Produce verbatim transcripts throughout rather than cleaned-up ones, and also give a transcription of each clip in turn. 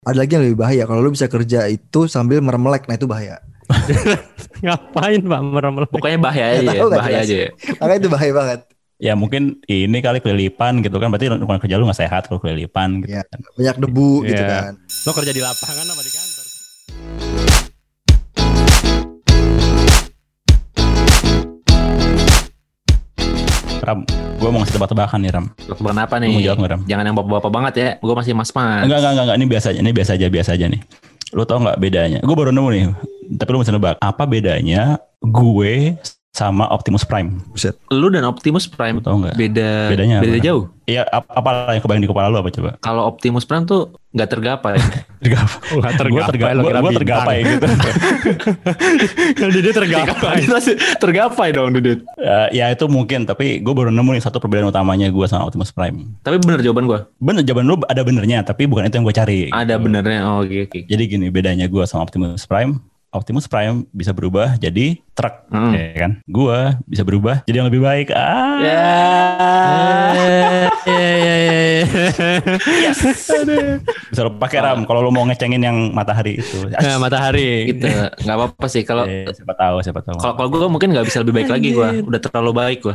Ada lagi yang lebih bahaya. Kalau lu bisa kerja itu sambil merem melek, nah itu bahaya. Ngapain Pak merem melek? Pokoknya bahaya aja ya, bahaya aja ya. Makanya itu bahaya banget. Ya mungkin ini kali kelilipan gitu kan, berarti lingkungan kerja lu nggak sehat kalau kelilipan gitu Ya, kan. banyak debu gitu Iya. kan. Lo kerja di lapangan apa di kantor? Ram, gue mau ngasih tebak-tebakan nih Ram. Tebak apa nih? Lu mau jawab nggak, Ram? Jangan yang bapak-bapak banget ya. Gue masih mas-mas. Enggak, enggak, enggak, enggak, ini biasa aja, ini biasa aja, biasa aja nih. Lu tau nggak bedanya? Gue baru nemu nih, tapi lu mesti nebak. Apa bedanya gue sama Optimus Prime? Buset. Lu dan Optimus Prime Lu tau nggak? beda Bedanya beda apa? jauh. Iya, ap- apa yang kebayang di kepala lu apa coba? Kalau Optimus Prime tuh nggak tergapai. Tergapai. Nggak tergapai, Gue tergapai, lo kira gue bintang. tergapai gitu. Kalau dia tergapai. Masih tergapai dong, Dudut. Uh, ya itu mungkin, tapi gue baru nemu nih satu perbedaan utamanya gue sama Optimus Prime. Tapi bener jawaban gue. Bener, jawaban lu ada benernya, tapi bukan itu yang gue cari. Ada gitu. benernya. Oh, oke oke. Jadi gini, bedanya gue sama Optimus Prime. Optimus Prime bisa berubah jadi truk, Hmm. ya kan? Gue bisa berubah jadi yang lebih baik. Ah, Ya. Iya iya iya. bisa lo pakai Ram kalau lo mau ngecengin yang matahari itu. Nah, matahari. Gitu. Nggak apa-apa sih kalau Eh, siapa tahu, siapa tahu. kalau kalau gue mungkin nggak bisa lebih baik lagi gue. Udah terlalu baik gue.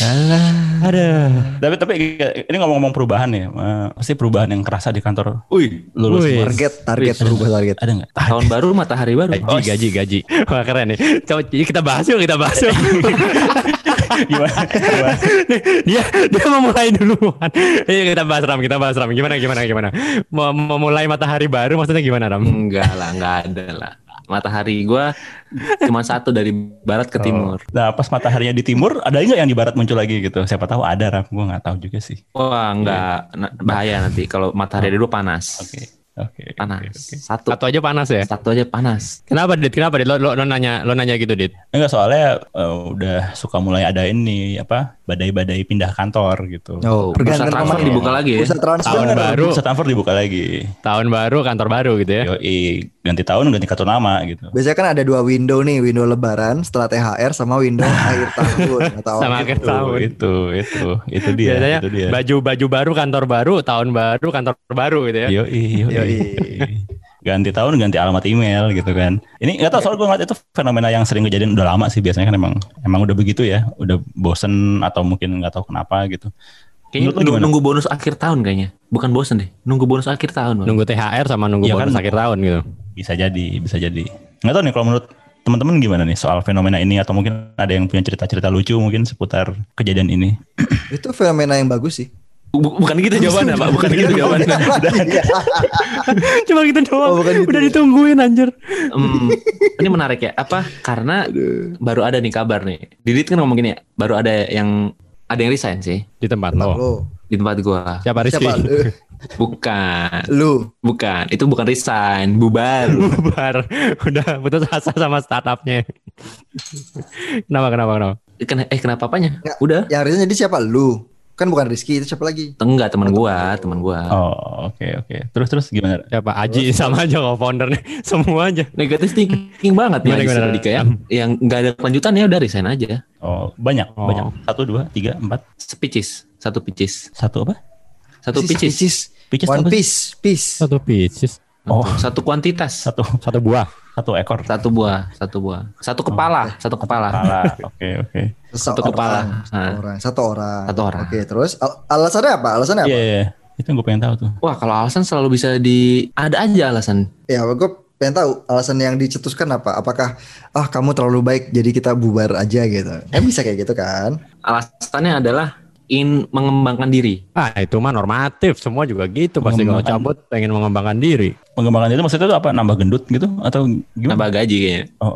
Ada. Tapi tapi ini ngomong-ngomong perubahan ya, eh, pasti perubahan yang kerasa di kantor. Wih. Lulus Wih. Target, target Ada berubah nggak? target. Ada nggak? Tahun baru matahari baru. Gaji, gaji, gaji. Wah keren nih. Coba jadi kita bahas yuk, kita bahas yuk. Gimana? Gimana? dia dia mau mulai duluan. Iya kita bahas Ram, kita bahas Ram. Gimana gimana gimana? Mau memulai matahari baru maksudnya gimana Ram? Enggak lah, enggak ada lah. Matahari gue cuma satu dari barat ke timur. Nah pas mataharinya di timur, ada nggak yang di barat muncul lagi gitu? Siapa tahu ada Ram, gue nggak tahu juga sih. Wah, enggak. Na- bahaya nanti kalau matahari dulu panas. Oke, oke, Panas. oke, oke. Satu. Satu aja panas ya? Satu aja panas. Kenapa Dit? Kenapa Dit? Lo, lo, lo nanya lo nanya gitu Dit? Enggak, soalnya eh, udah suka mulai ada ini apa badai-badai pindah kantor gitu. Oh, Bursa pergantian transfer pemain. dibuka lagi ya. Bursa transfer. Tahun baru. Bursa transfer dibuka lagi. Tahun baru, kantor baru gitu ya? Yoi, ganti tahun ganti kartu nama gitu. Biasanya kan ada dua window nih, window lebaran setelah T H R sama window akhir tahun atau Sama gitu. akhir tahun. Itu, itu, itu dia. Biasanya itu dia. baju baju baru, kantor baru, tahun baru, kantor baru gitu ya? Yoi, yoi. Yoi. Ganti tahun ganti alamat email gitu kan. Ini nggak tahu soal gue ngeliat itu fenomena yang sering kejadian udah lama sih, biasanya kan emang emang udah begitu ya, udah bosen atau mungkin nggak tahu kenapa gitu. Kayaknya Menurut lo nunggu, gimana? nunggu bonus akhir tahun kayaknya. Bukan bosen deh. Nunggu bonus akhir tahun. Bang. Nunggu T H R sama nunggu Iya bonus kan? akhir tahun gitu. Bisa jadi, bisa jadi. Nggak tahu nih kalau menurut teman-teman gimana nih soal fenomena ini, atau mungkin ada yang punya cerita-cerita lucu mungkin seputar kejadian ini. Itu fenomena yang bagus sih. Bu- bukan gitu jawabannya, Pak. Bukan gitu jawabannya. Iya. Cuma gitu doang. Oh, bukan gitu Udah ya. ditungguin anjir. Hmm, ini menarik ya. Apa? Karena baru ada nih kabar nih. Didit kan ngomong gini ya. Baru ada yang ada yang resign sih Di tempat Lo, lo. di tempat gua. Siapa Rizky? siapa? Lu. Bukan. Lu. Bukan. Itu bukan resign, bubar. Bubar. Udah putus asa sama startupnya. Kenapa kenapa kenapa? Ken- eh kenapa apanya? Nggak. Udah. Yang harusnya jadi siapa? Lu. Kan bukan Rizky, itu siapa lagi? Enggak, teman gua, teman gua. Oh, oke, oke. Terus terus gimana? Siapa? Aji sama aja kok foundernya. Semua aja. Negatif thinking banget nih Gimana, Aji gimana? Serdika ya. Yang enggak ada kelanjutan ya udah resign aja. Oh, banyak, Oh. banyak. Satu, dua, tiga, empat. Sepicis, satu picis. Satu apa? Satu Picis, picis. picis. Picis One apa sih? piece, piece. Satu pieces. Oh, Satu kuantitas. satu, Satu buah. satu ekor. Satu buah, satu buah. Satu kepala, satu kepala. Kepala. Oke, oke. Satu kepala. Satu Nah. orang, satu orang. Satu orang. Oke, terus al- alasannya apa? Alasannya apa? Iya, iya. Itu yang gue pengen tahu tuh. Wah, kalau alasan selalu bisa di ada aja alasan. Ya, gue pengen tahu alasan yang dicetuskan apa? Apakah ah kamu terlalu baik jadi kita bubar aja gitu? Kan bisa kayak gitu kan? Alasannya adalah ingin mengembangkan diri. Ah itu mah normatif. Semua juga gitu. Pasti kalau Mengembangkan. cabut pengen mengembangkan diri. Pengembangan itu maksudnya itu apa? Nambah gendut gitu atau gimana? Nambah gaji kayaknya. Oh,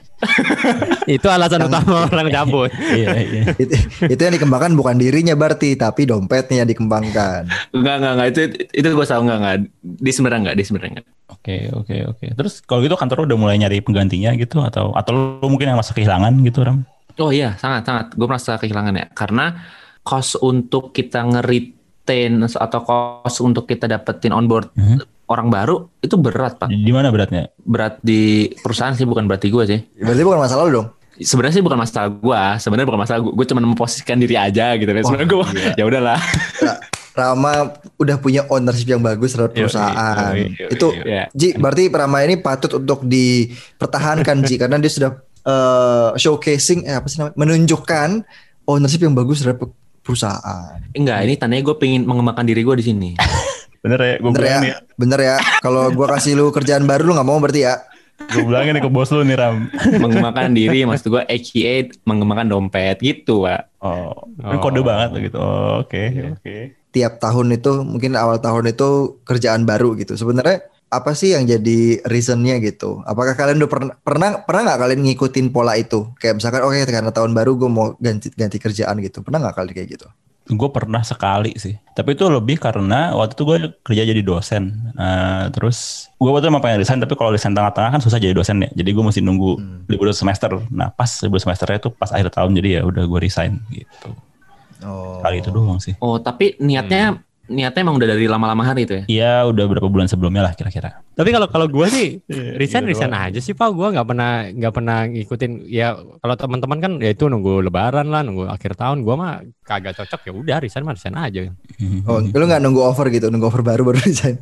Itu alasan utama orang cabut. iya, iya. itu, itu yang dikembangkan bukan dirinya berarti, tapi dompetnya yang dikembangkan. Enggak, enggak, enggak. Itu itu gue tahu enggak, enggak. Di sebenarnya enggak, di sebenarnya enggak. Oke, oke, oke. Terus kalau gitu kantor lu udah mulai nyari penggantinya gitu, atau atau lu mungkin yang masa kehilangan gitu, Ram? Oh iya, sangat, sangat. Gue merasa kehilangan ya. Karena cost untuk kita nge-retain atau cost untuk kita dapetin onboard Hmm. orang baru itu berat, Pak. Di mana beratnya? Berat di perusahaan sih, bukan berat di gue sih. Berarti bukan masalah lu dong. Sebenarnya sih bukan masalah gue, sebenarnya bukan masalah gue. Gue cuma memposisikan diri aja gitu. Sebenarnya gue iya. ya udahlah. Nah, Rama udah punya ownership yang bagus terhadap Yoi, perusahaan. yoi, yoi, Itu yoi. Ji, berarti Rama ini patut untuk dipertahankan Ji karena dia sudah eh, showcasing eh, apa sih namanya? Menunjukkan ownership yang bagus terhadap perusahaan. Enggak, ini tandanya gue pengen mengembangkan diri gue di sini. Bener ya, gue Bener ya, bilang nih, bener ya. Kalau gua kasih lu kerjaan baru lu nggak mau berarti ya. gue bilangin nih ke bos lu nih Ram. Mengembangkan diri, maksud gue A K A mengembangkan dompet gitu, Pak. Oh, ini Oh. kode banget gitu. Oh, oke, oke. Tiap tahun itu mungkin awal tahun itu kerjaan baru gitu. Sebenarnya apa sih yang jadi reasonnya gitu? Apakah kalian udah pernah pernah pernah nggak kalian ngikutin pola itu? Kayak misalkan oke karena tahun baru gue mau ganti ganti kerjaan gitu. Pernah nggak kalian kayak gitu? Gue pernah sekali sih, tapi itu lebih karena waktu itu gue kerja jadi dosen. Nah, terus gue waktu itu emang pengen resign, tapi kalau resign tengah-tengah kan susah jadi dosen ya. Jadi gue mesti nunggu Hmm. libur semester. Nah pas libur semesternya itu pas akhir tahun, jadi ya udah gue resign gitu. Oh. Kali itu doang sih. Oh, tapi niatnya niatnya emang udah dari lama-lama hari itu ya? Iya udah berapa bulan sebelumnya lah kira-kira. Tapi kalau kalau gue sih resign gitu resign doang. aja sih Pak. Gue nggak pernah nggak pernah ngikutin. Ya kalau teman-teman kan ya itu nunggu Lebaran lah, nunggu akhir tahun. Gue mah kagak cocok ya udah resign mah resign aja. Oh, lu nggak nunggu offer gitu, nunggu offer baru baru resign.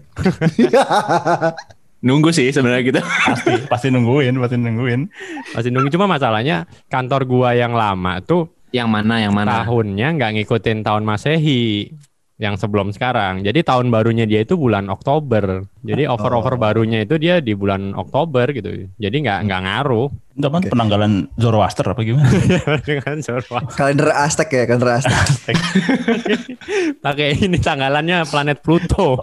Nunggu sih sebenarnya gitu. Pasti pasti nungguin, pasti nungguin. Masih nunggu, cuma masalahnya kantor gua yang lama tuh Yang mana, yang mana? tahunnya nggak ngikutin tahun Masehi yang sebelum sekarang. Jadi tahun barunya dia itu bulan Oktober. Jadi offer-offer Oh. barunya itu dia di bulan Oktober gitu. Jadi nggak nggak ngaruh. Itu apa Oke. penanggalan Zoroaster apa gimana? Dengan Zoroaster. Kalender Aztec ya, kalender Aztec. Pakai ini tanggalannya planet Pluto.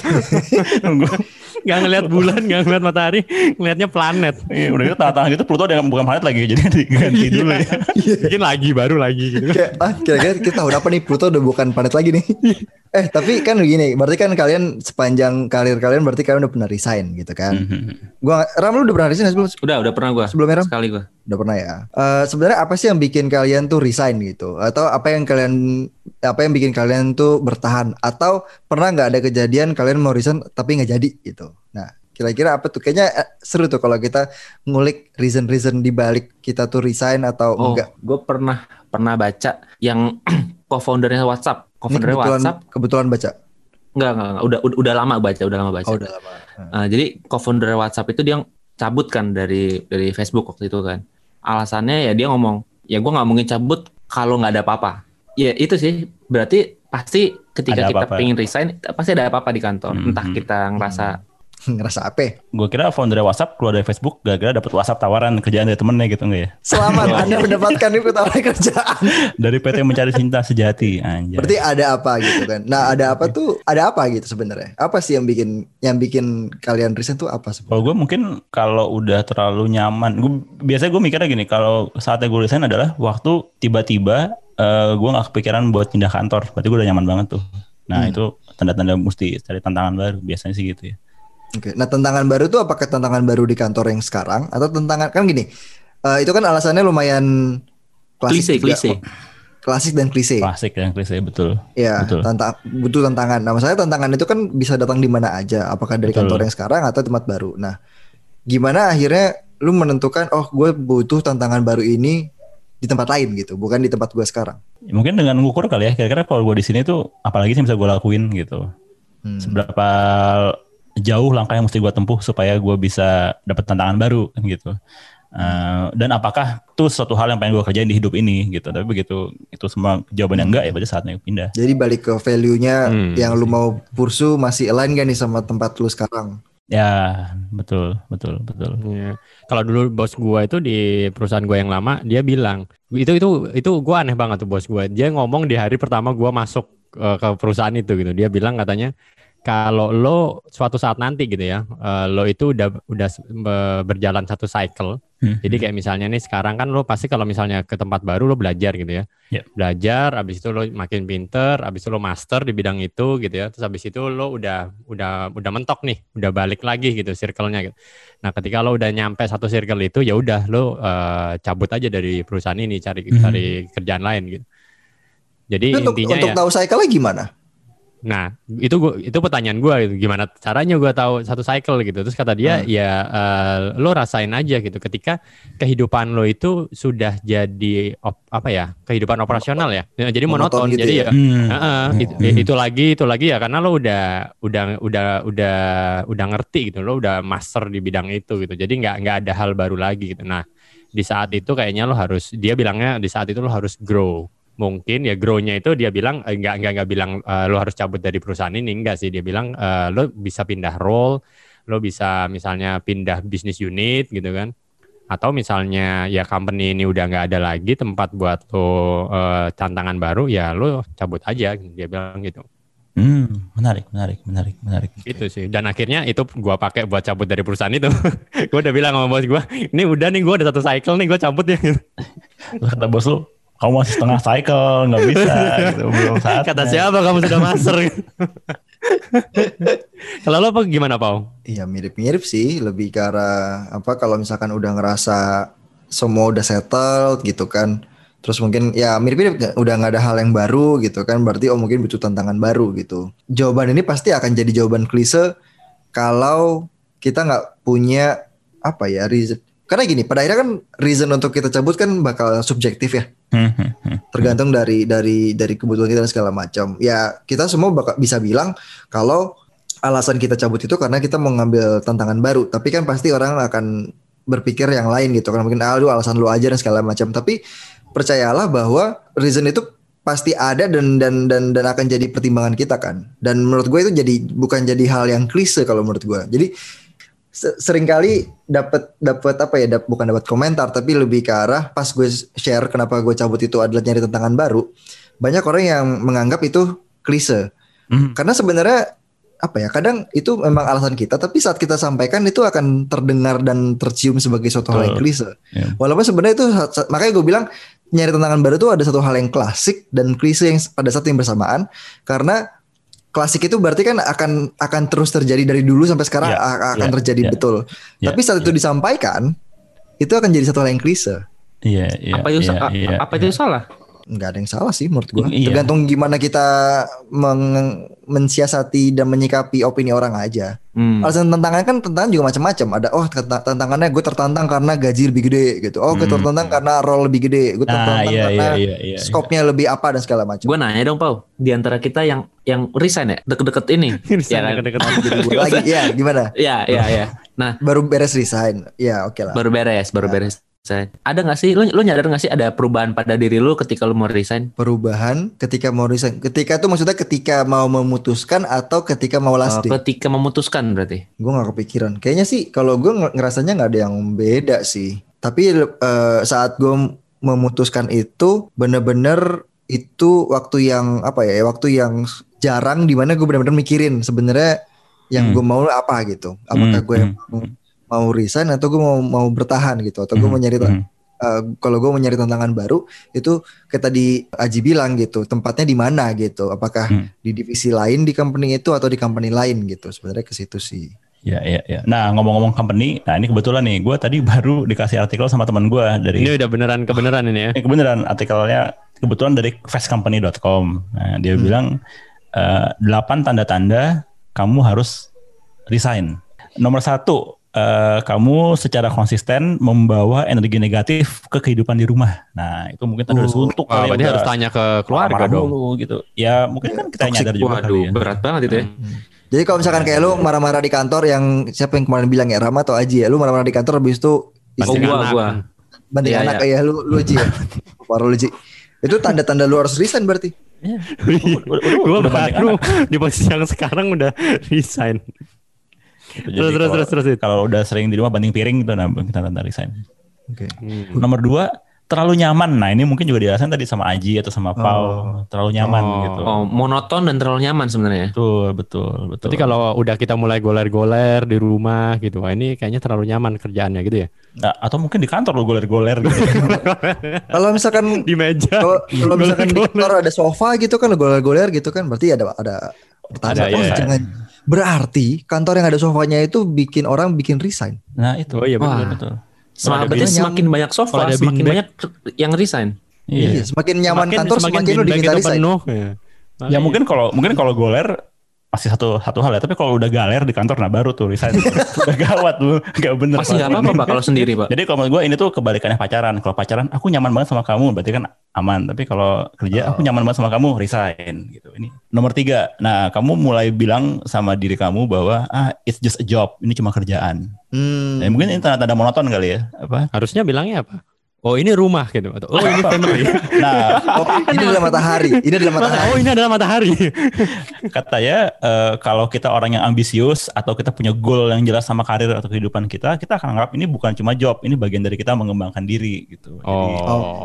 Nunggu. Nggak ngelihat bulan, nggak ngelihat matahari, ngelihatnya planet. Iya, udah gitu tengah-tengah gitu Pluto ada yang bukan planet lagi, jadi diganti dulu ya. Bikin lagi baru lagi gitu. Kayak, ah, kira-kira kita tahu apa nih, Pluto udah bukan planet lagi nih. Eh tapi kan begini, berarti kan kalian sepanjang karir kalian berarti kalian udah pernah resign gitu kan. Mhm. Gua Ram, lu udah pernah resign nggak sebelum Udah, udah pernah gue. sebelumnya Ram? Sekali gue. Udah pernah ya. Eh, sebenarnya apa sih yang bikin kalian tuh resign gitu? Atau apa yang kalian apa yang bikin kalian tuh bertahan? Atau pernah nggak ada kejadian kalian mau resign tapi nggak jadi gitu? Nah, kira-kira apa tuh? Kayaknya eh, seru tuh kalau kita ngulik reason-reason di balik kita tuh resign atau Oh, enggak. gue pernah pernah baca yang co-foundernya WhatsApp. Ini Co-foundernya kebetulan WhatsApp. kebetulan baca. Enggak, enggak, enggak. Udah, udah, udah lama baca, udah lama baca. Oh, udah lama. Uh, jadi co-founder WhatsApp itu dia cabut kan dari dari Facebook waktu itu kan. Alasannya ya dia ngomong, ya gue nggak mungkin cabut kalau nggak ada apa-apa. Ya itu sih, berarti pasti ketika Ada kita apa-apa. pengen resign, pasti ada apa-apa di kantor. Mhm. Entah kita ngerasa, Ngerasa apa? Gue kira founder WhatsApp keluar dari Facebook gara-gara dapat WhatsApp tawaran kerjaan dari temennya gitu enggak ya? Selamat Anda mendapatkan itu tawaran kerjaan. Dari P T Mencari Cinta Sejati anjay. Berarti ada apa gitu kan? Nah, ada apa tuh? Ada apa gitu sebenarnya? Apa sih yang bikin yang bikin kalian resign tuh apa sebenarnya? Kalau gue mungkin kalau udah terlalu nyaman, gue biasanya gue mikirnya gini, kalau saatnya gue resign adalah waktu tiba-tiba uh, gue nggak kepikiran buat pindah kantor, berarti gue udah nyaman banget tuh. Nah Hmm. itu tanda-tanda mesti cari tantangan baru, biasanya sih gitu ya. Oke. Nah, tantangan baru tuh apakah tantangan baru di kantor yang sekarang atau tantangan kan gini? eh, itu kan alasannya lumayan klise, klasik juga. klise. Klasik dan klise. Klasik yang klise betul. Ya, Betul. tantang butuh tantangan. Nah, masalahnya tantangan itu kan bisa datang di mana aja, apakah dari Betul. kantor yang sekarang atau tempat baru. Nah, gimana akhirnya lu menentukan oh gue butuh tantangan baru ini di tempat lain gitu, bukan di tempat gue sekarang. Ya, mungkin dengan ngukur kali ya, kira-kira kalau gue di sini tuh apalagi sih yang bisa gue lakuin gitu. Hmm. Seberapa jauh langkah yang mesti gue tempuh supaya gue bisa dapat tantangan baru kan gitu. Uh, dan apakah itu suatu hal yang pengen gue kerjain di hidup ini gitu. Tapi begitu itu semua jawabannya enggak ya berarti saatnya pindah. Jadi balik ke value-nya Hmm. yang lu mau pursue masih align gak nih sama tempat lu sekarang? Ya betul betul betul. Iya. Kalau dulu bos gua itu di perusahaan gua yang lama, dia bilang itu itu itu gua aneh banget tuh bos gua. Dia ngomong di hari pertama gua masuk uh, ke perusahaan itu gitu. Dia bilang katanya kalau lo suatu saat nanti gitu ya, uh, lo itu udah udah be- berjalan satu cycle. Hmm. Jadi kayak misalnya nih sekarang kan lo pasti kalau misalnya ke tempat baru lo belajar gitu ya. Ya. Belajar, abis itu lo makin pinter, abis itu lo master di bidang itu gitu ya. Terus abis itu lo udah udah udah mentok nih, udah balik lagi gitu circle-nya gitu. Nah, ketika lo udah nyampe satu circle itu ya udah lo uh, cabut aja dari perusahaan ini, cari Hmm. cari kerjaan lain gitu. Jadi Tapi untuk intinya untuk ya tahu cycle-nya gimana? Nah, itu gua, itu pertanyaan gue gitu. Gimana caranya gue tahu satu cycle gitu. Terus kata dia, Hmm. ya uh, lo rasain aja gitu. Ketika kehidupan lo itu sudah jadi op, apa ya? Kehidupan operasional ya. Ya, jadi Monoton monoton. gitu Jadi ya. ya, Hmm. uh, uh, itu, Hmm. itu lagi, itu lagi ya. Karena lo udah, udah, udah, udah, udah ngerti gitu. Lo udah master di bidang itu gitu. Jadi nggak, nggak ada hal baru lagi gitu. Nah, di saat itu kayaknya lo harus, dia bilangnya di saat itu lo harus grow. Mungkin ya grow-nya itu dia bilang eh, enggak enggak enggak bilang uh, lo harus cabut dari perusahaan ini, enggak sih, dia bilang uh, lo bisa pindah role, lo bisa misalnya pindah bisnis unit gitu kan, atau misalnya ya company ini udah nggak ada lagi tempat buat lo uh, tantangan baru, ya lo cabut aja, dia bilang gitu. Hmm, menarik, menarik, menarik, menarik. Itu sih, dan akhirnya itu gua pakai buat cabut dari perusahaan itu. Gua udah bilang sama bos gua, ini udah nih, gua ada satu cycle nih, gua cabut ya. Terus kata bos lu, kamu masih setengah cycle, nggak bisa gitu, belum saatnya. Kata siapa kamu sudah master? Kalau lo apa gimana, Pau? Iya mirip-mirip sih, lebih ke arah apa kalau misalkan udah ngerasa semua udah settled gitu kan. Terus mungkin ya mirip-mirip nggak- udah nggak ada hal yang baru gitu kan, berarti oh mungkin butuh tantangan baru gitu. Jawaban ini pasti akan jadi jawaban klise kalau kita nggak punya apa ya reason. Karena gini, pada akhirnya kan reason untuk kita cabut kan bakal subjektif ya. Hmm, hmm, hmm. Tergantung dari dari dari kebutuhan kita dan segala macam. Ya kita semua bakal bisa bilang kalau alasan kita cabut itu karena kita mau ngambil tantangan baru. Tapi kan pasti orang akan berpikir yang lain gitu kan. Mungkin ah lu alasan lu aja dan segala macam. Tapi percayalah bahwa reason itu pasti ada dan dan dan dan akan jadi pertimbangan kita kan. Dan menurut gue itu jadi bukan jadi hal yang klise kalau menurut gue. Jadi se- seringkali dapat dapat apa ya dap, bukan dapat komentar tapi lebih ke arah pas gue share kenapa gue cabut itu adalah nyari tantangan baru, banyak orang yang menganggap itu klise. Hmm. Karena sebenarnya apa ya, kadang itu memang alasan kita, tapi saat kita sampaikan itu akan terdengar dan tercium sebagai suatu hal yang Betul. klise. Ya. Walaupun sebenarnya itu, makanya gue bilang nyari tantangan baru itu ada satu hal yang klasik dan klise yang pada saat yang bersamaan. Karena klasik itu berarti kan akan akan terus terjadi dari dulu sampai sekarang, Ya, a- akan ya, terjadi ya. betul. Ya, Tapi saat itu disampaikan, itu akan jadi satu hal yang klise. Iya, iya, apa itu iya, sa- iya, apa itu salah? Nggak ada yang salah sih menurut gue. Iya. Tergantung gimana kita meng- mensiasati dan menyikapi opini orang aja. Hmm. Alasan tantangan kan tantangan juga macam-macam. Ada oh tanta- tantangannya gue tertantang karena gaji lebih gede gitu. Oh gue Hmm. tertantang karena role lebih gede. Gue Nah, tertantang iya, karena iya, iya, iya, skopnya lebih apa dan segala macam. Gue nanya dong, Pau, di antara kita yang yang resign ya, deket-deket ini, ya kan? Deket-deket. Gue lagi ya gimana? Ya, ya, ya. Nah, Baru beres resign. Ya oke lah. baru beres, baru Ya. beres. Resign. Ada nggak sih, lu lu nyadar nggak sih ada perubahan pada diri lu ketika lu mau resign? Perubahan ketika mau resign. Ketika itu maksudnya ketika mau memutuskan atau ketika mau last Uh, day? ketika memutuskan berarti. Gue gak kepikiran. Kayaknya sih kalau gue ng- ngerasanya gak ada yang beda sih. Tapi eh, saat gue memutuskan itu bener-bener itu waktu yang apa ya? Waktu yang jarang dimana gue bener-bener mikirin sebenarnya yang Hmm. gue mau apa gitu. Apakah Hmm, gue hmm, mau, mau resign atau gue mau mau bertahan gitu? Atau gue Hmm, mau nyari hmm. eh, kalau gue mau nyari tantangan baru itu kayak tadi Aji bilang gitu, tempatnya di mana gitu? Apakah Hmm. di divisi lain di company itu atau di company lain gitu? Sebenarnya ke situ sih. Ya, ya, ya. Nah, ngomong-ngomong company, nah ini kebetulan nih, gue tadi baru dikasih artikel sama teman gue dari. Ini udah beneran kebenaran ini ya. Ini kebenaran artikelnya kebetulan dari fast company dot com. Nah, dia Hmm. bilang eh, delapan tanda-tanda kamu harus resign. Nomor satu, eh, kamu secara konsisten membawa energi negatif ke kehidupan di rumah. Nah, itu mungkin tanda Oh, suntuk Wah, kali ya, berarti udah harus tanya ke keluarga marah-marah dong. mulu gitu. Ya, mungkin kan kita Toxic. nyadar juga kali Waduh, ya. berat banget itu ya. Jadi kalau misalkan kayak lu marah-marah di kantor yang siapa yang kemarin bilang ya, Rama atau Aji ya, lu marah-marah di kantor habis itu Oh, Banting gua, anak. gua. banding Iya, anak iya. ya lu lu Ji ya. Parah lu Ji. Itu tanda-tanda lu harus resign berarti. Gue udah banding baru di posisi yang sekarang udah resign. Gitu. Terus, Jadi terus, kalau- terus, terus, itu. Kalau udah sering di rumah banding piring gitu, nah kita tanda resign. Oke. Nomor dua, terlalu nyaman. Nah ini mungkin juga dirasain tadi sama Aji atau sama Pau, terlalu nyaman Oh. gitu. Oh, monoton dan terlalu nyaman sebenarnya. Betul, betul, betul. Berarti kalau udah kita mulai goler-goler di rumah gitu, wah ini kayaknya terlalu nyaman kerjaannya gitu ya. Nah, atau mungkin di kantor lo goler-goler gitu. Kalau misalkan Di meja. kalau kalau misalkan di Goler-goler. kantor ada sofa gitu kan goler-goler gitu kan berarti ada ada pertanyaan. Ada, Oh, iya. jangan berarti kantor yang ada sofanya itu bikin orang bikin resign. Nah itu. Oh iya betul Wah. betul. Sem- ada berarti beanbag. semakin banyak Kalau sofa, ada semakin beanbag. banyak yang resign. Iya, Iya. semakin nyaman kantor semakin lu beanbag diminta itu resign. penuh. Ya. Ya mungkin kalau mungkin kalau goler masih satu satu hal ya, tapi kalau udah galer di kantor, nah baru tuh resign. Udah gawat tuh, nggak bener. Masih nggak apa-apa Pak kalau sendiri Pak. Jadi kalau menurut gue ini tuh kebalikannya pacaran. Kalau pacaran aku nyaman banget sama kamu, berarti kan aman. Tapi kalau kerja aku nyaman banget sama kamu, resign gitu. Ini nomor tiga. Nah kamu mulai bilang sama diri kamu bahwa ah it's just a job, ini cuma kerjaan. Hmm. Ya, mungkin ini tanda-tanda monoton kali ya. Apa? Harusnya bilangnya apa? Oh ini rumah gitu. Atau, oh ini family. Nah, Oh, ini adalah matahari. Ini adalah matahari. Oh ini adalah matahari. katanya eh, kalau kita orang yang ambisius atau kita punya goal yang jelas sama karir atau kehidupan kita, kita akan anggap ini bukan cuma job, ini bagian dari kita mengembangkan diri gitu. Jadi, Oh.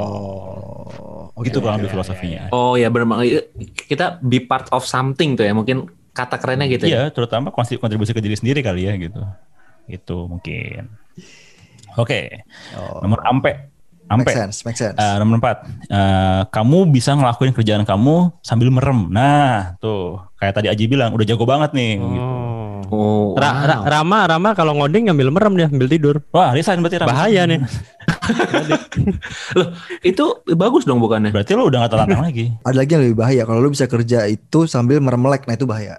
Oh, gitu oke, kurang oke. lebih filosofinya. Oh ya benar. Kita be part of something tuh ya. Mungkin kata kerennya gitu ya. Iya, terutama kontribusi ke diri sendiri kali ya gitu. Itu mungkin. Oke. Oh, Nomor ampe. make Ampe. sense, make sense. Eh, nomor empat. Eh, kamu bisa ngelakuin kerjaan kamu sambil merem. Nah, tuh kayak tadi Aji bilang udah jago banget nih gitu. Oh. Oh. Ra- Ra- wow. Rama Rama kalau ngoding ngambil merem dia, ambil tidur. Wah, resign berarti Ram. Bahaya nih. Loh, itu bagus dong bukannya? Berarti lo udah gak tertantang lagi. Ada lagi yang lebih bahaya. Kalau lu bisa kerja itu sambil meremelek, nah itu bahaya.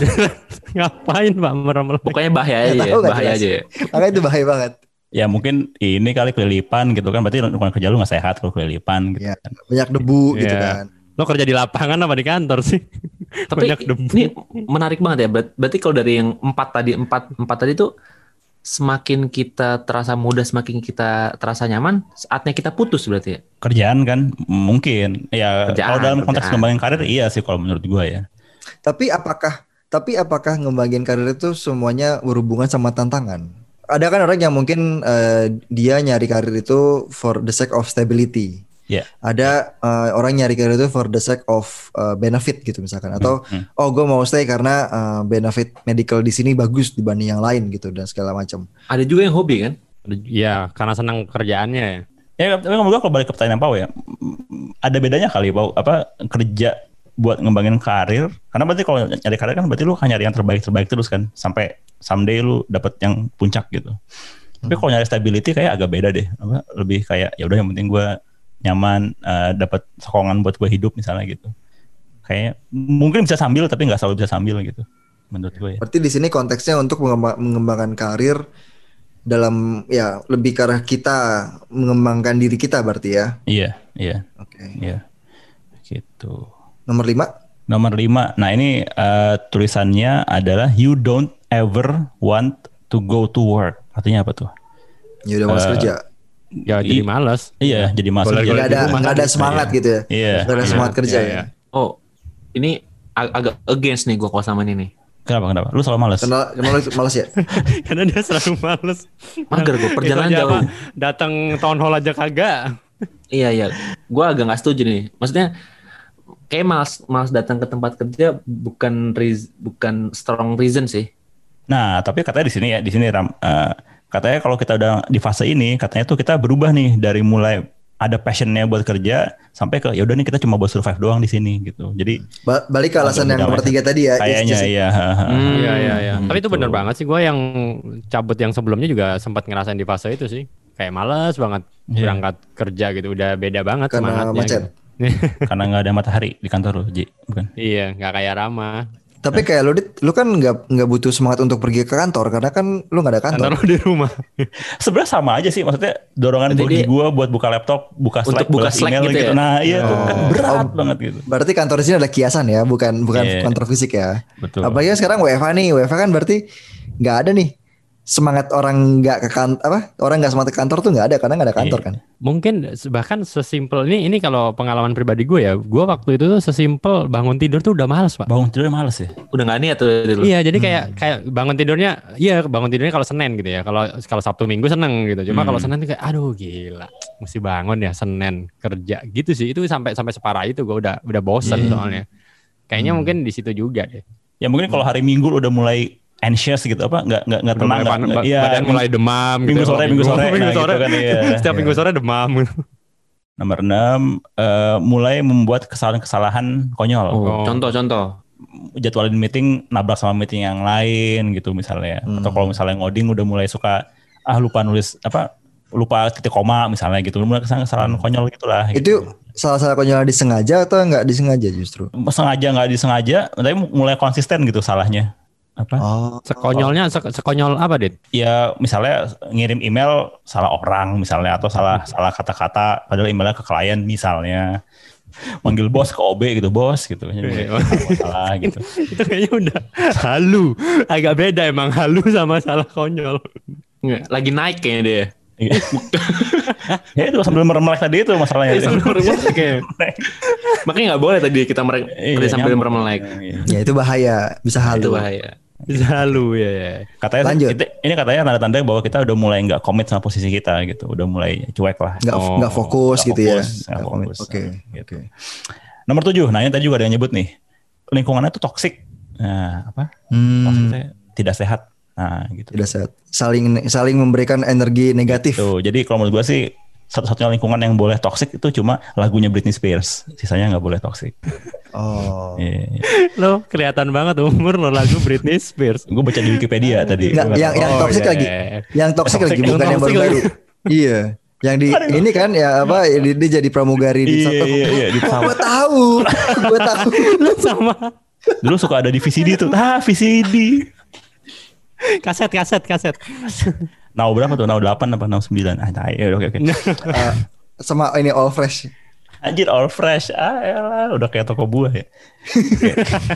Ngapain Pak merem? Pokoknya bahaya aja Nggak ya. tahu, nggak Bahaya jelas. aja ya. Makanya itu bahaya banget. Ya mungkin ini kali kelilipan gitu kan. Berarti lingkungan kerja lu gak sehat kalau kelilipan gitu. Ya, banyak debu gitu Iya. kan. Lo kerja di lapangan apa di kantor sih? Tapi Banyak debu. ini menarik banget ya. Ber- Berarti kalau dari yang empat tadi, empat empat tadi tuh semakin kita terasa muda, semakin kita terasa nyaman, saatnya kita putus berarti ya. Kerjaan kan mungkin. Ya Kerjaan, kalau dalam konteks kerjaan. ngembangin karir iya sih kalau menurut gua ya. Tapi apakah tapi apakah ngembangin karir itu semuanya berhubungan sama tantangan? Ada kan orang yang mungkin eh, dia nyari karir itu for the sake of stability. Ya. Ada eh, orang nyari karir itu for the sake of eh, benefit gitu misalkan. Atau Hmm. oh gue mau stay karena eh, benefit medical di sini bagus dibanding yang lain gitu dan segala macam. Ada juga yang hobi kan? Iya, karena senang kerjaannya ya. Ya tapi ngomong gua kalau balik ke pertanyaan Pau ya, mm, ada bedanya kali Pau apa kerja buat ngembangin karir, karena berarti kalau nyari karir kan berarti lu kan nyari yang terbaik-terbaik terus kan sampai someday lu dapet yang puncak gitu. Tapi kalau nyari stability kayak agak beda deh, apa lebih kayak ya udah yang penting gua nyaman, uh, dapat sokongan buat gua hidup misalnya gitu. Kayak mungkin bisa sambil tapi nggak selalu bisa sambil gitu menurut gue ya. Berarti di sini konteksnya untuk mengemba- mengembangkan karir dalam ya lebih ke arah kita mengembangkan diri kita berarti ya. Iya, iya, Oke. iya. Gitu. Nomor lima. Nomor lima, nah ini uh, tulisannya adalah you don't ever want to go to work. Artinya apa tuh? Ya udah malas Eh, kerja. Ya jadi I- males. Iya, jadi masuk. Boleh, jadi- boleh Nggak ada di rumah nggak kan ada bisa, semangat ya. gitu ya. Iya. Nggak ada Iya, semangat kerja iya, ya. iya. Oh, ini ag- agak against nih gua kalau sama ini nih. Kenapa? Kenapa? Lu selalu malas? Kenal kenal malas ya. Karena dia selalu males. Mager gua, perjalanan Itu aja jauh. apa, datang town hall aja kagak. Iya iya, gua agak nggak setuju nih. Maksudnya kayak malas malas datang ke tempat kerja bukan reas- bukan strong reason sih. Nah, tapi katanya di sini ya, di sini Ram, eh, katanya kalau kita udah di fase ini, katanya tuh kita berubah nih dari mulai ada passionnya buat kerja sampai ke ya udah nih kita cuma buat survive doang di sini gitu. Jadi Ba- balik ke alasan Agak yang beda nomor macam. tiga tadi ya. kayaknya is just- iya. Hmm, Iya iya iya. Tapi itu gitu. bener banget sih. Gue yang cabut yang sebelumnya juga sempat ngerasain di fase itu sih. Kayak males banget Iya. berangkat kerja gitu. Udah beda banget Karena semangatnya. macet. gitu. Karena nggak ada matahari di kantor lu, Ji, bukan? Iya, nggak kayak Rama. Tapi kayak lu Dit, lu kan nggak nggak butuh semangat untuk pergi ke kantor karena kan lu nggak ada kantor. Kantor lo di rumah. Sebenarnya sama aja sih, maksudnya dorongan Berarti bagi dia- gua buat buka laptop, buka Untuk Slack, buka balas Slack email gitu gitu. ya? Nah, iya tuh Oh. kan berat Oh. banget gitu. Berarti kantor di sini ada kiasan ya, bukan bukan Iya. kantor fisik ya. Betul. Apalagi sekarang W F H nih, W F H kan berarti nggak ada nih semangat orang nggak ke kantor apa orang nggak semangat ke kantor tuh nggak ada karena nggak ada kantor Iya. kan. Mungkin bahkan sesimpel ini ini kalau pengalaman pribadi gue ya, gue waktu itu tuh sesimpel bangun tidur tuh udah males pak. Bangun tidur males ya. Udah nggak niat tuh dulu. Iya jadi kayak kayak bangun tidurnya, iya bangun tidurnya kalau Senin gitu ya. Kalau kalau Sabtu Minggu seneng gitu. Cuma Hmm. kalau Senin tuh kayak aduh gila, mesti bangun ya Senin kerja gitu sih. Itu sampai sampai separah itu gue udah udah bosen Iya. soalnya. Kayaknya Hmm. mungkin di situ juga deh. Ya mungkin kalau hari Minggu lu udah mulai anxious gitu apa nggak nggak nggak Udah tenang mulai nggak pan- nggak- ba- iya, badan mulai demam minggu gitu. sore, minggu sore, minggu nah, sore gitu kan, iya. Setiap minggu sore demam. Nomor enam, eh, mulai membuat kesalahan-kesalahan konyol. Oh, contoh-contoh. Jadwalin meeting nabrak sama meeting yang lain gitu misalnya. Hmm. Atau kalau misalnya ngoding udah mulai suka ah lupa nulis apa lupa titik koma misalnya gitu, mulai kesalahan konyol gitulah. Itu Gitu. salah-salah konyol disengaja atau nggak disengaja justru? Sengaja nggak disengaja, tapi mulai konsisten gitu salahnya. Apa? Oh, Sekonyolnya se- sekonyol apa, Dit? Ya misalnya ngirim email salah orang misalnya atau salah salah kata-kata padahal emailnya ke klien misalnya. Manggil bos ke O B gitu, bos gitu. Jadi salah gitu. Itu kayaknya udah halu. Agak beda emang halu sama salah konyol. Nggak, lagi naik kayaknya dia. Ya itu sambil merem-melek tadi itu masalahnya. Kayak. Makanya nggak boleh tadi kita mereka Iya, sambil nyambung. merem-melek. Iya. ya itu bahaya, bisa Itu halu. bahaya. Bisa halu ya. ya. Katanya Lanjut. itu- ini katanya tanda-tanda bahwa kita udah mulai nggak komit sama posisi kita gitu, udah mulai cuek lah. Nggak Oh, nggak fokus Nggak gitu ya. fokus, nggak Nggak komit. fokus. Oke. Gitu. Oke. Nomor tujuh, nah ini tadi juga ada yang nyebut nih, lingkungannya tuh toksik. Nah apa? Toksik Hmm, teh tidak sehat. Nah gitu. tidak sehat. Saling saling memberikan energi negatif. Tuh, jadi kalau menurut gue sih satu-satunya lingkungan yang boleh toksik itu cuma lagunya Britney Spears. Sisanya nggak boleh toksik. Oh. Iya, iya. Lo kelihatan banget umur lo lagu Britney Spears. Gue baca di Wikipedia tadi. Nggak, Gua nggak yang tahu. yang Oh, toksik iya, lagi. iya. Yang toksik lagi Toxic, bukan yang yang toxic baru-baru. Iya. Yang di ini kan ya apa dia, dia jadi pramugari di Iya, iya, iya, di pesawat. Gue tahu. Gue tahu. Lo sama Dulu suka ada di V C D tuh. Ah, V C D. kaset kaset kaset. Now berapa tuh? Now delapan apa Now sembilan? Ah, nah, ya, oke oke. Eh, sama ini all fresh. Anjir all fresh. Ah, elah, udah kayak toko buah ya. Oke.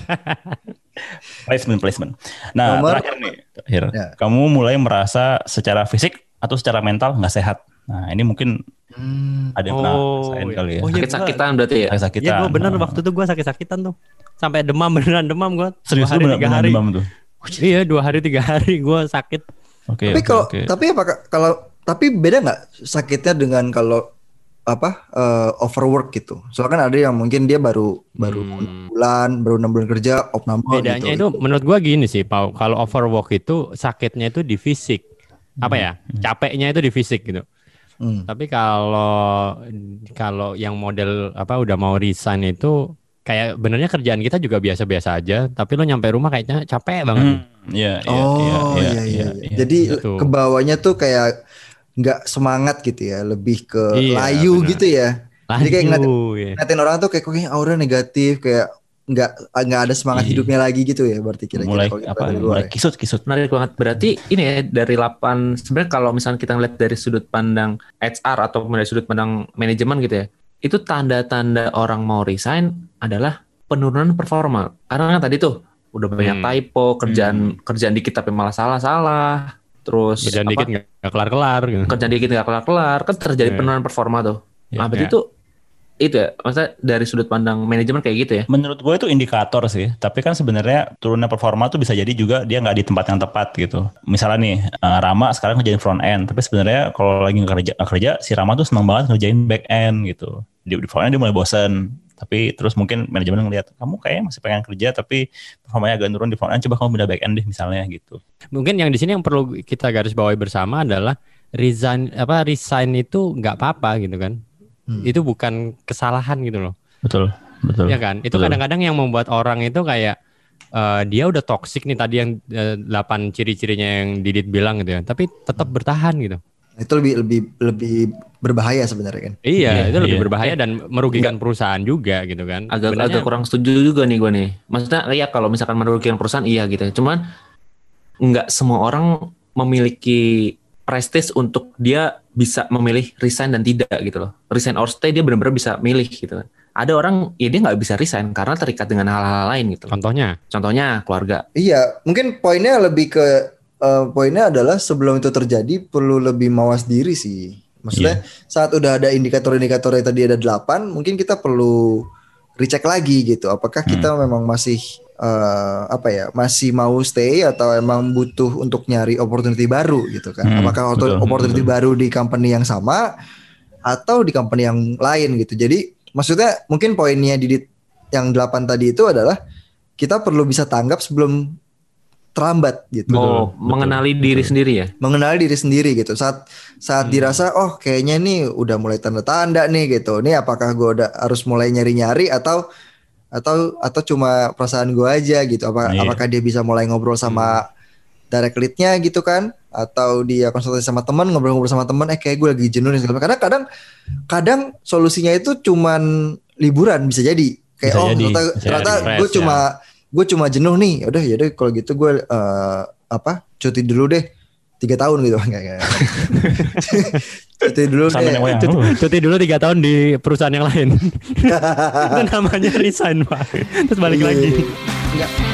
placement placement. Nah, Nomor- terakhir nih, terakhir. Ya. Kamu mulai merasa secara fisik atau secara mental nggak sehat. Nah, ini mungkin Hmm. ada yang pernah Oh, rasain iya. kali ya. Oh, iya. Sakit-sakitan berarti ya. Sakit-sakitan. Iya gue bener Nah. waktu itu gue sakit-sakitan tuh. Sampai demam beneran demam gue. Serius Dua lu hari benar tiga hari. demam tuh. Iya dua hari tiga hari gue sakit. Oke. Tapi oke, kalau oke. tapi apa kalau tapi beda nggak sakitnya dengan kalau apa eh, overwork gitu. Soalnya kan ada yang mungkin dia baru baru Hmm. enam bulan, baru enam bulan kerja, opname Bedanya gitu. itu menurut gua gini sih, Pau. Kalau overwork itu sakitnya itu di fisik. Apa ya? Capeknya itu di fisik gitu. Hmm. Tapi kalau kalau yang model apa udah mau resign itu kayak benernya kerjaan kita juga biasa-biasa aja, tapi lo nyampe rumah kayaknya capek banget. Hmm, iya, iya, Oh iya, iya iya. iya. iya. Jadi gitu. ke bawahnya tuh kayak nggak semangat gitu ya, lebih ke Iya, layu benar. gitu ya. Jadi kayak ngeliat- Lanjut, ya. Ngeliatin orang tuh kayak kayaknya aura negatif, kayak nggak nggak ada semangat Iya. hidupnya lagi gitu ya. Berarti kira-kira mulai kalau kita apa? dari luar Mulai ya. kisut kisut. Menarik banget. Berarti ini ya dari delapan sebenarnya kalau misalnya kita ngeliat dari sudut pandang H R atau dari sudut pandang manajemen gitu ya. Itu tanda-tanda orang mau resign adalah penurunan performa. Karena kan tadi tuh udah banyak Hmm. typo, kerjaan kerjaan dikit tapi malah salah-salah. Terus Kerjaan apa? dikit nggak kelar-kelar gitu. kerjaan dikit nggak kelar-kelar, kan terjadi Iya. penurunan performa tuh. Iya, Nah, berarti iya. itu itu ya, maksudnya dari sudut pandang manajemen kayak gitu ya. Menurut gue itu indikator sih. Tapi kan sebenarnya turunnya performa tuh bisa jadi juga dia nggak di tempat yang tepat gitu. Misalnya nih eh, Rama sekarang ngerjain front end, tapi sebenarnya kalau lagi nggak kerja, nggak kerja si Rama tuh senang banget ngerjain back end gitu. Di, di front end dia mulai bosen. Tapi terus mungkin manajemen ngeliat kamu kayaknya masih pengen kerja tapi performanya agak turun di front end, coba kamu pindah back end deh misalnya gitu. Mungkin yang di sini yang perlu kita garis bawahi bersama adalah resign apa resign itu nggak apa-apa gitu kan. Hmm. Itu bukan kesalahan gitu loh. Betul, betul. Ya kan? Itu Betul. kadang-kadang yang membuat orang itu kayak eh, dia udah toksik nih tadi yang eh, delapan ciri-cirinya yang Didit bilang gitu ya. Tapi tetap bertahan gitu. Itu lebih lebih lebih berbahaya sebenarnya kan. Iya, Iya, itu lebih iya. berbahaya dan merugikan perusahaan juga gitu kan. Agak Sebenarnya- agak kurang setuju juga nih gue nih. Maksudnya ya kalau misalkan merugikan perusahaan iya gitu. Cuman nggak semua orang memiliki prestis untuk dia bisa memilih resign dan tidak gitu loh. Resign or stay dia benar-benar bisa milih gitu kan. Ada orang ya dia nggak bisa resign karena terikat dengan hal-hal lain gitu loh. Contohnya, Contohnya keluarga. Iya, mungkin poinnya lebih ke eh, poinnya adalah sebelum itu terjadi perlu lebih mawas diri sih. Maksudnya saat udah ada indikator-indikator yang tadi ada delapan, mungkin kita perlu recheck lagi gitu. Apakah kita memang masih eh, apa ya, masih mau stay atau emang butuh untuk nyari opportunity baru gitu kan? Hmm, Apakah betul, opportunity betul. baru di company yang sama atau di company yang lain gitu. Jadi maksudnya mungkin poinnya di yang delapan tadi itu adalah kita perlu bisa tanggap sebelum terlambat gitu. Oh, betul, mengenali diri sendiri ya. Mengenali diri sendiri gitu. Saat saat dirasa oh kayaknya nih udah mulai tanda-tanda nih gitu. Nih apakah gue udah harus mulai nyari-nyari atau atau atau cuma perasaan gue aja gitu. Apa Iya. apakah dia bisa mulai ngobrol sama direct lead-nya gitu kan? atau dia konsultasi sama teman, ngobrol-ngobrol sama teman, eh kayak gue lagi jenuh nih segala macam. Karena kadang kadang solusinya itu cuman liburan bisa jadi. Kayak Bisa oh jadi, ternyata, bisa ternyata refresh, gue cuma ya. gue cuma jenuh nih. Udah ya udah kalau gitu gue eh, apa cuti dulu deh tiga tahun gitu kayak kayak. Cuti dulu Sama deh. nenek moyang. Cuti, Uh. cuti dulu tiga tahun di perusahaan yang lain. Itu namanya resign, Pak. Terus balik Iya, lagi. iya. Enggak.